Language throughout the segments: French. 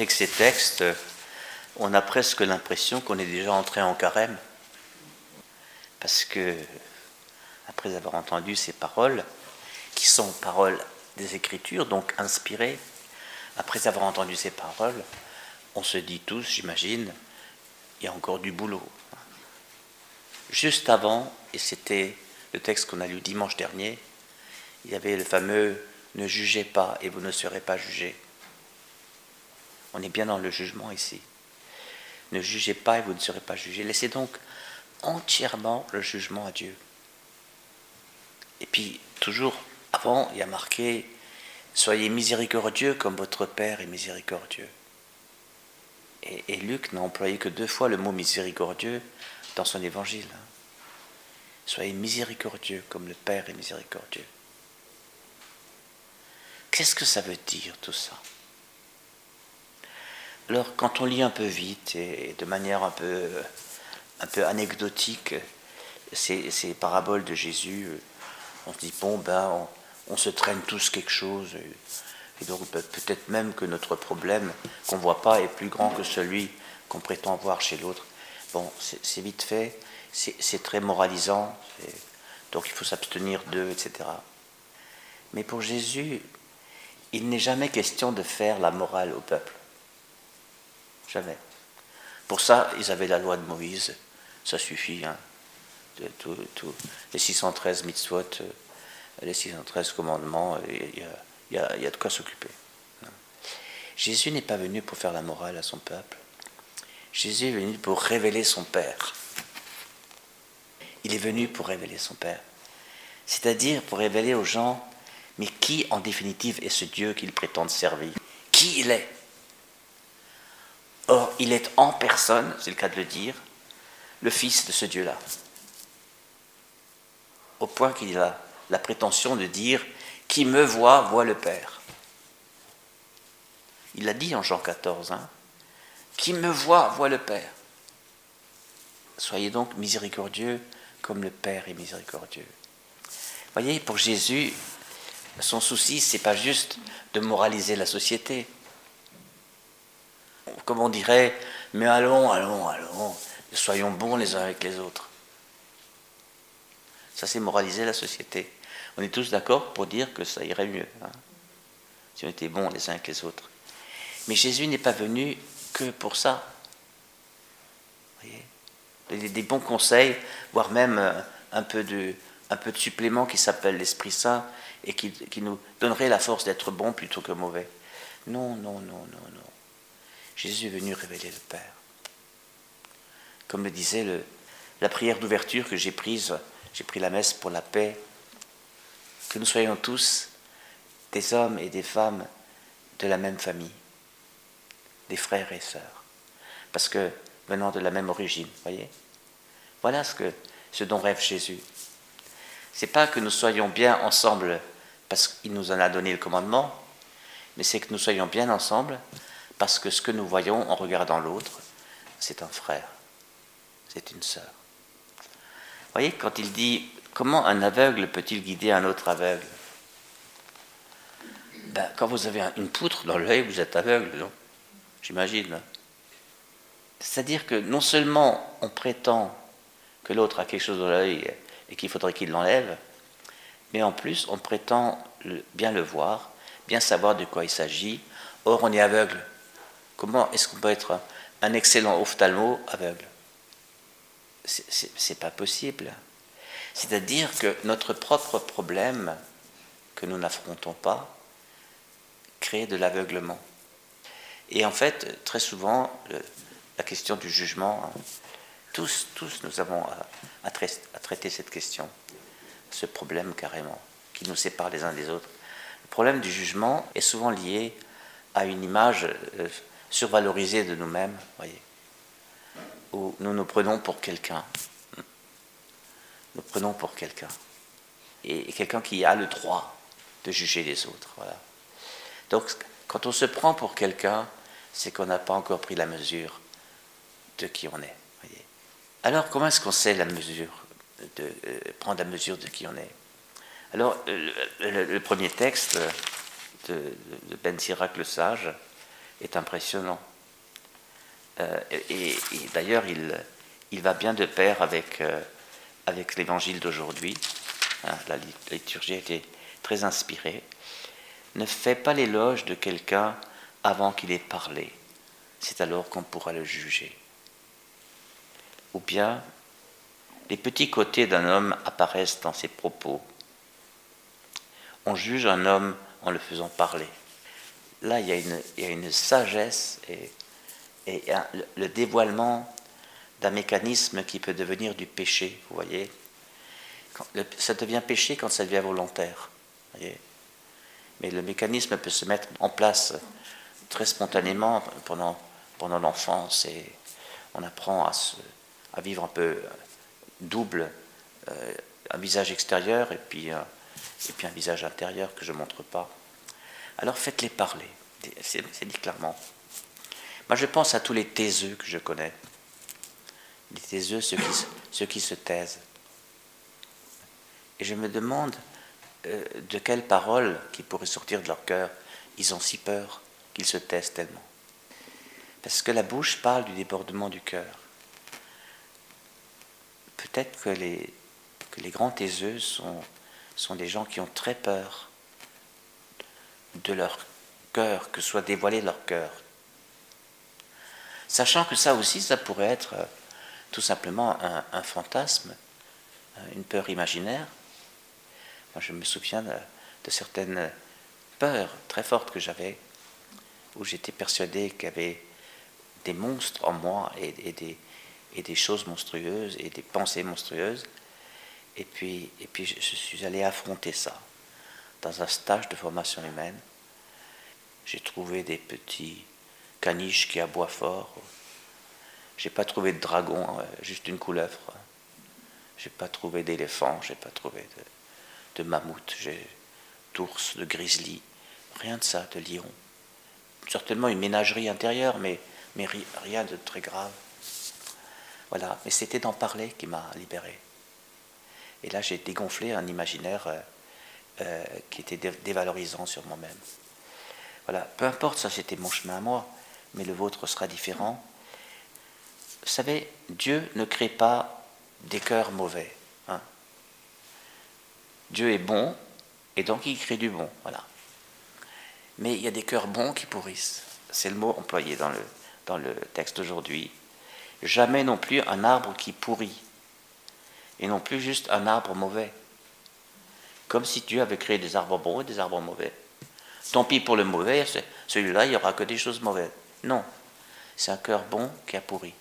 Avec ces textes, on a presque l'impression qu'on est déjà entré en carême. Parce que, après avoir entendu ces paroles, qui sont paroles des Écritures, donc inspirées, après avoir entendu ces paroles, on se dit tous, j'imagine, il y a encore du boulot. Juste avant, et c'était le texte qu'on a lu dimanche dernier, il y avait le fameux « Ne jugez pas et vous ne serez pas jugés ». On est bien dans le jugement ici. Ne jugez pas et vous ne serez pas jugés. Laissez donc entièrement le jugement à Dieu. Et puis, toujours avant, il y a marqué « Soyez miséricordieux comme votre Père est miséricordieux ». Et Luc n'a employé que 2 fois le mot miséricordieux dans son évangile. Soyez miséricordieux comme le Père est miséricordieux. Qu'est-ce que ça veut dire tout ça? Alors, quand on lit un peu vite et de manière un peu anecdotique ces paraboles de Jésus, on se dit, bon, on se traîne tous quelque chose. Et donc, peut-être même que notre problème qu'on ne voit pas est plus grand que celui qu'on prétend voir chez l'autre. Bon, c'est vite fait, c'est très moralisant, donc il faut s'abstenir d'eux, etc. Mais pour Jésus, il n'est jamais question de faire la morale au peuple. Jamais. Pour ça, ils avaient la loi de Moïse, ça suffit. Hein, les 613 mitzvot, les 613 commandements, il y a de quoi s'occuper. Jésus n'est pas venu pour faire la morale à son peuple. Jésus est venu pour révéler son Père. Il est venu pour révéler son Père. C'est-à-dire pour révéler aux gens, mais qui en définitive est ce Dieu qu'ils prétendent servir? Qui il est? Or, il est en personne, c'est le cas de le dire, le Fils de ce Dieu-là. Au point qu'il a la prétention de dire « Qui me voit, voit le Père ». Il l'a dit en Jean 14, hein, « Qui me voit, voit le Père ». Soyez donc miséricordieux comme le Père est miséricordieux. Vous voyez, pour Jésus, son souci, ce n'est pas juste de moraliser la société. Comme on dirait, mais allons, soyons bons les uns avec les autres. Ça, c'est moraliser la société. On est tous d'accord pour dire que ça irait mieux, hein, si on était bons les uns avec les autres. Mais Jésus n'est pas venu que pour ça. Vous voyez, des bons conseils, voire même un peu de supplément qui s'appelle l'Esprit Saint et qui nous donnerait la force d'être bons plutôt que mauvais. Non. Jésus est venu révéler le Père. Comme le disait la prière d'ouverture que j'ai pris la messe pour la paix, que nous soyons tous des hommes et des femmes de la même famille, des frères et sœurs, parce que venant de la même origine, voyez. Voilà ce dont rêve Jésus. C'est pas que nous soyons bien ensemble parce qu'il nous en a donné le commandement, mais c'est que nous soyons bien ensemble parce que ce que nous voyons en regardant l'autre, c'est un frère, c'est une sœur. Vous voyez, quand il dit « Comment un aveugle peut-il guider un autre aveugle ?» Quand vous avez une poutre dans l'œil, vous êtes aveugle, non? J'imagine. C'est-à-dire que non seulement on prétend que l'autre a quelque chose dans l'œil et qu'il faudrait qu'il l'enlève, mais en plus on prétend bien le voir, bien savoir de quoi il s'agit. Or on est aveugle. Comment est-ce qu'on peut être un excellent ophtalmo aveugle? C'est pas possible. C'est-à-dire que notre propre problème, que nous n'affrontons pas, crée de l'aveuglement. Et en fait, très souvent, la question du jugement, tous nous avons à traiter cette question, ce problème carrément, qui nous sépare les uns des autres. Le problème du jugement est souvent lié à une image survalorisée de nous-mêmes, voyez, où nous nous prenons pour quelqu'un. Nous prenons pour quelqu'un. Et quelqu'un qui a le droit de juger les autres. Voilà. Donc, quand on se prend pour quelqu'un, c'est qu'on n'a pas encore pris la mesure de qui on est. Voyez. Alors, comment est-ce qu'on sait prendre la mesure de qui on est? Alors, le premier texte de Ben Sirac le Sage, est impressionnant. Et d'ailleurs, il va bien de pair avec l'évangile d'aujourd'hui. Hein, la liturgie a été très inspirée. Ne fais pas l'éloge de quelqu'un avant qu'il ait parlé. C'est alors qu'on pourra le juger. Ou bien, les petits côtés d'un homme apparaissent dans ses propos. On juge un homme en le faisant parler. Là, il y a une sagesse et le dévoilement d'un mécanisme qui peut devenir du péché, vous voyez. Ça devient péché quand ça devient volontaire, vous voyez. Mais le mécanisme peut se mettre en place très spontanément pendant l'enfance et on apprend à vivre un peu double, un visage extérieur et puis un visage intérieur que je ne montre pas. Alors faites-les parler, c'est dit clairement. Moi je pense à tous les taiseux que je connais. Les taiseux, ceux qui se taisent. Et je me demande de quelles paroles qui pourraient sortir de leur cœur, ils ont si peur qu'ils se taisent tellement. Parce que la bouche parle du débordement du cœur. Peut-être que les grands taiseux sont des gens qui ont très peur de leur cœur, que soit dévoilé leur cœur. Sachant que ça aussi, ça pourrait être tout simplement un fantasme, une peur imaginaire. Moi, je me souviens de certaines peurs très fortes que j'avais, où j'étais persuadé qu'il y avait des monstres en moi et des choses monstrueuses et des pensées monstrueuses. Et puis je suis allé affronter ça dans un stage de formation humaine. J'ai trouvé des petits caniches qui aboient fort. J'ai pas trouvé de dragon, juste une couleuvre. J'ai pas trouvé d'éléphant, j'ai pas trouvé de mammouth, d'ours, de grizzly, rien de ça, de lion. Certainement une ménagerie intérieure, mais rien de très grave. Voilà, mais c'était d'en parler qui m'a libéré. Et là, j'ai dégonflé un imaginaire qui était dévalorisant sur moi-même. Voilà, peu importe, ça c'était mon chemin à moi, mais le vôtre sera différent. Vous savez, Dieu ne crée pas des cœurs mauvais. Hein. Dieu est bon, et donc il crée du bon, voilà. Mais il y a des cœurs bons qui pourrissent. C'est le mot employé dans le texte d'aujourd'hui. Jamais non plus un arbre qui pourrit, et non plus juste un arbre mauvais. Comme si Dieu avait créé des arbres bons et des arbres mauvais. Tant pis pour le mauvais, celui-là, il n'y aura que des choses mauvaises. Non, c'est un cœur bon qui a pourri.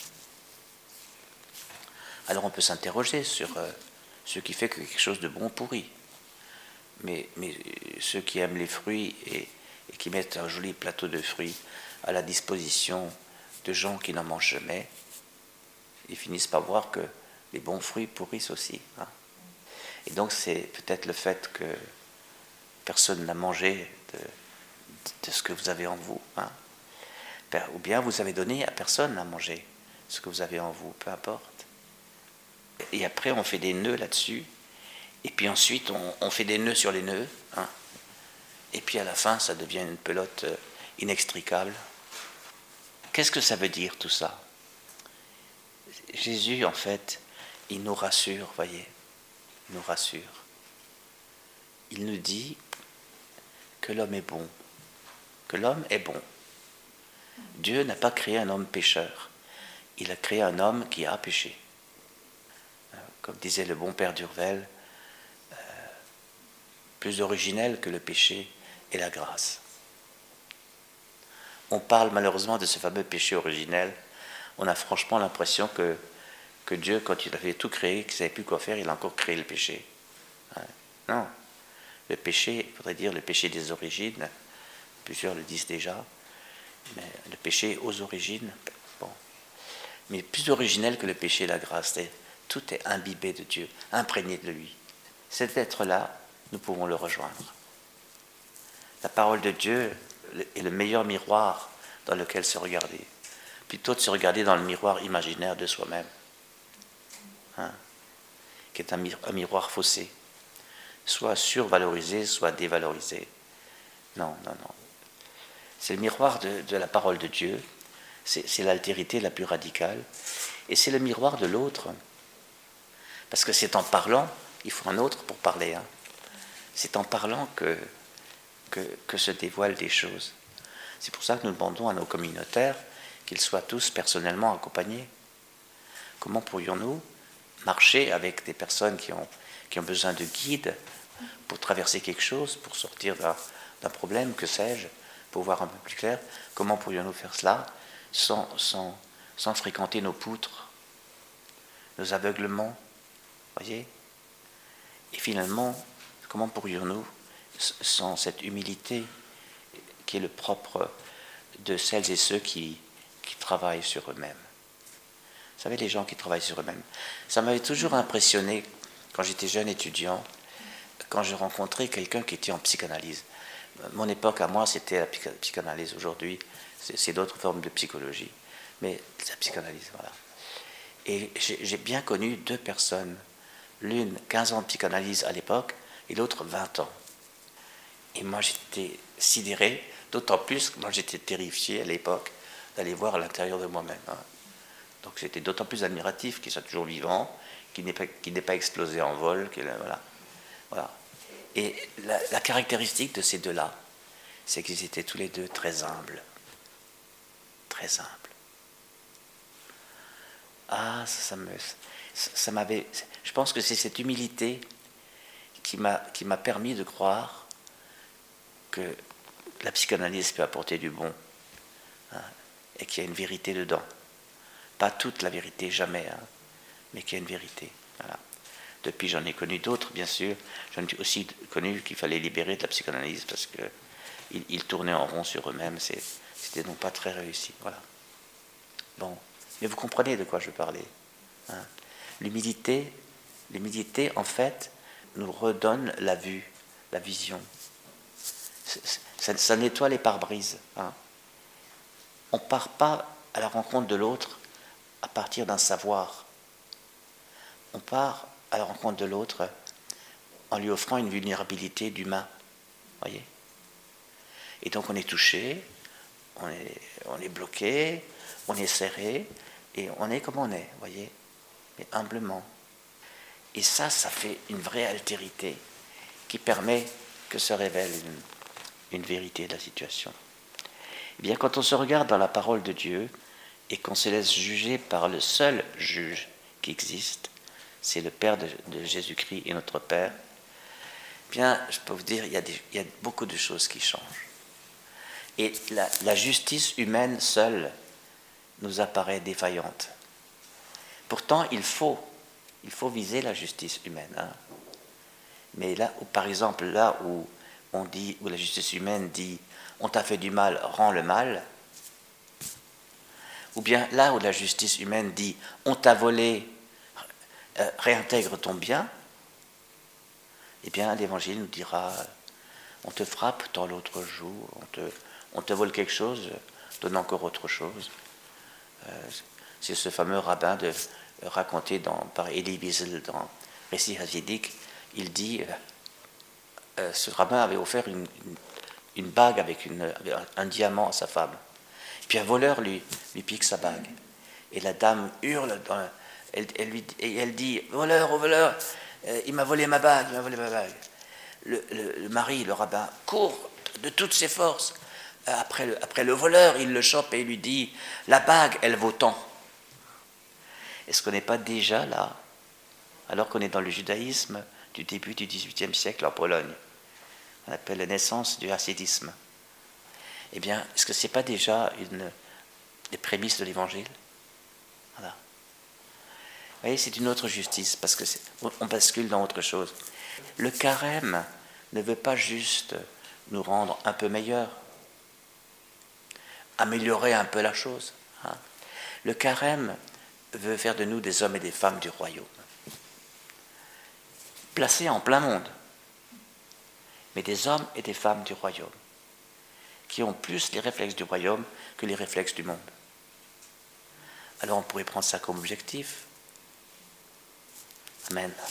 Alors on peut s'interroger sur ce qui fait que quelque chose de bon pourrit. Mais ceux qui aiment les fruits et qui mettent un joli plateau de fruits à la disposition de gens qui n'en mangent jamais, ils finissent par voir que les bons fruits pourrissent aussi. Hein. Et donc c'est peut-être le fait que personne n'a mangé de ce que vous avez en vous. Hein. Ou bien vous avez donné à personne à manger ce que vous avez en vous, peu importe. Et après on fait des nœuds là-dessus, et puis ensuite on fait des nœuds sur les nœuds, hein. Et puis à la fin ça devient une pelote inextricable. Qu'est-ce que ça veut dire tout ça? Jésus en fait, il nous rassure, voyez, il nous rassure. Il nous dit que l'homme est bon, que l'homme est bon. Dieu n'a pas créé un homme pécheur, il a créé un homme qui a péché. Comme disait le bon père d'Urvel, plus originel que le péché est la grâce. On parle malheureusement de ce fameux péché originel. On a franchement l'impression que Dieu, quand il avait tout créé, qu'il ne savait plus quoi faire, il a encore créé le péché. Non. Le péché, il faudrait dire le péché des origines, plusieurs le disent déjà, mais le péché aux origines, bon. Mais plus originel que le péché, la grâce, tout est imbibé de Dieu, imprégné de lui. Cet être-là, nous pouvons le rejoindre. La parole de Dieu est le meilleur miroir dans lequel se regarder, plutôt de se regarder dans le miroir imaginaire de soi-même, hein, qui est un miroir faussé, soit survalorisé, soit dévalorisé. Non, non, non. C'est le miroir de la parole de Dieu. C'est l'altérité la plus radicale. Et c'est le miroir de l'autre. Parce que c'est en parlant, il faut un autre pour parler. Hein. C'est en parlant que se dévoilent des choses. C'est pour ça que nous demandons à nos communautaires qu'ils soient tous personnellement accompagnés. Comment pourrions-nous marcher avec des personnes qui ont besoin de guide pour traverser quelque chose, pour sortir d'un problème, que sais-je, pour voir un peu plus clair? Comment pourrions-nous faire cela sans fréquenter nos poutres, nos aveuglements, voyez? Et finalement, comment pourrions-nous, sans cette humilité qui est le propre de celles et ceux qui travaillent sur eux-mêmes? Vous savez, les gens qui travaillent sur eux-mêmes, ça m'avait toujours impressionné quand j'étais jeune étudiant, quand je rencontrais quelqu'un qui était en psychanalyse. Mon époque à moi, c'était la psychanalyse. Aujourd'hui, c'est d'autres formes de psychologie. Mais la psychanalyse, voilà. Et j'ai bien connu deux personnes. L'une, 15 ans de psychanalyse à l'époque, et l'autre, 20 ans. Et moi, j'étais sidéré, d'autant plus que moi, j'étais terrifié à l'époque d'aller voir à l'intérieur de moi-même. Hein. Donc, j'étais d'autant plus admiratif qu'il soit toujours vivant, qu'il n'ait pas explosé en vol. Voilà. Et la caractéristique de ces deux-là, c'est qu'ils étaient tous les deux très humbles. Très humbles. Ah, ça m'avait... Je pense que c'est cette humilité qui m'a permis de croire que la psychanalyse peut apporter du bon, hein, et qu'il y a une vérité dedans. Pas toute la vérité, jamais, hein, mais qu'il y a une vérité. Voilà. Depuis, j'en ai connu d'autres, bien sûr. J'en ai aussi connu qu'il fallait libérer de la psychanalyse parce qu'ils tournaient en rond sur eux-mêmes. C'était donc pas très réussi. Voilà. Bon. Mais vous comprenez de quoi je parlais. Hein. L'humilité, en fait, nous redonne la vue, la vision. Ça nettoie les pare-brises. Hein. On ne part pas à la rencontre de l'autre à partir d'un savoir. On part à la rencontre de l'autre en lui offrant une vulnérabilité d'humain. Voyez ? Et donc on est touché, on est bloqué, on est serré, et on est comme on est, voyez, mais humblement. Et ça fait une vraie altérité qui permet que se révèle une vérité de la situation. Eh bien, quand on se regarde dans la parole de Dieu et qu'on se laisse juger par le seul juge qui existe, c'est le Père de Jésus-Christ et notre Père, eh bien, je peux vous dire, il y a beaucoup de choses qui changent. Et la justice humaine seule nous apparaît défaillante. Pourtant, il faut viser la justice humaine. Hein. Mais là, par exemple, là où la justice humaine dit « on t'a fait du mal, rends le mal », ou bien là où la justice humaine dit « on t'a volé, réintègre ton bien », eh bien, l'Évangile nous dira « on te frappe, tends l'autre joue, on te vole quelque chose, donne encore autre chose ». C'est ce fameux rabbin raconté par Elie Wiesel dans Récit Hasidique. Il dit ce rabbin avait offert une bague avec un diamant à sa femme. Puis un voleur lui pique sa bague. Et la dame hurle, elle dit « Voleur, oh voleur, il m'a volé ma bague, il m'a volé ma bague ». Le mari, le rabbin, court de toutes ses forces. Après le voleur, il le chope et il lui dit « La bague, elle vaut tant ». Est-ce qu'on n'est pas déjà là, alors qu'on est dans le judaïsme du début du XVIIIe siècle en Pologne? On appelle la naissance du hassidisme. Eh bien, est-ce que ce n'est pas déjà des prémices de l'Évangile? Voilà. Vous voyez, c'est une autre justice, parce qu'on bascule dans autre chose. Le carême ne veut pas juste nous rendre un peu meilleurs, améliorer un peu la chose. Hein. Le carême veut faire de nous des hommes et des femmes du royaume, placés en plein monde, mais des hommes et des femmes du royaume, qui ont plus les réflexes du royaume que les réflexes du monde. Alors on pourrait prendre ça comme objectif. Amen.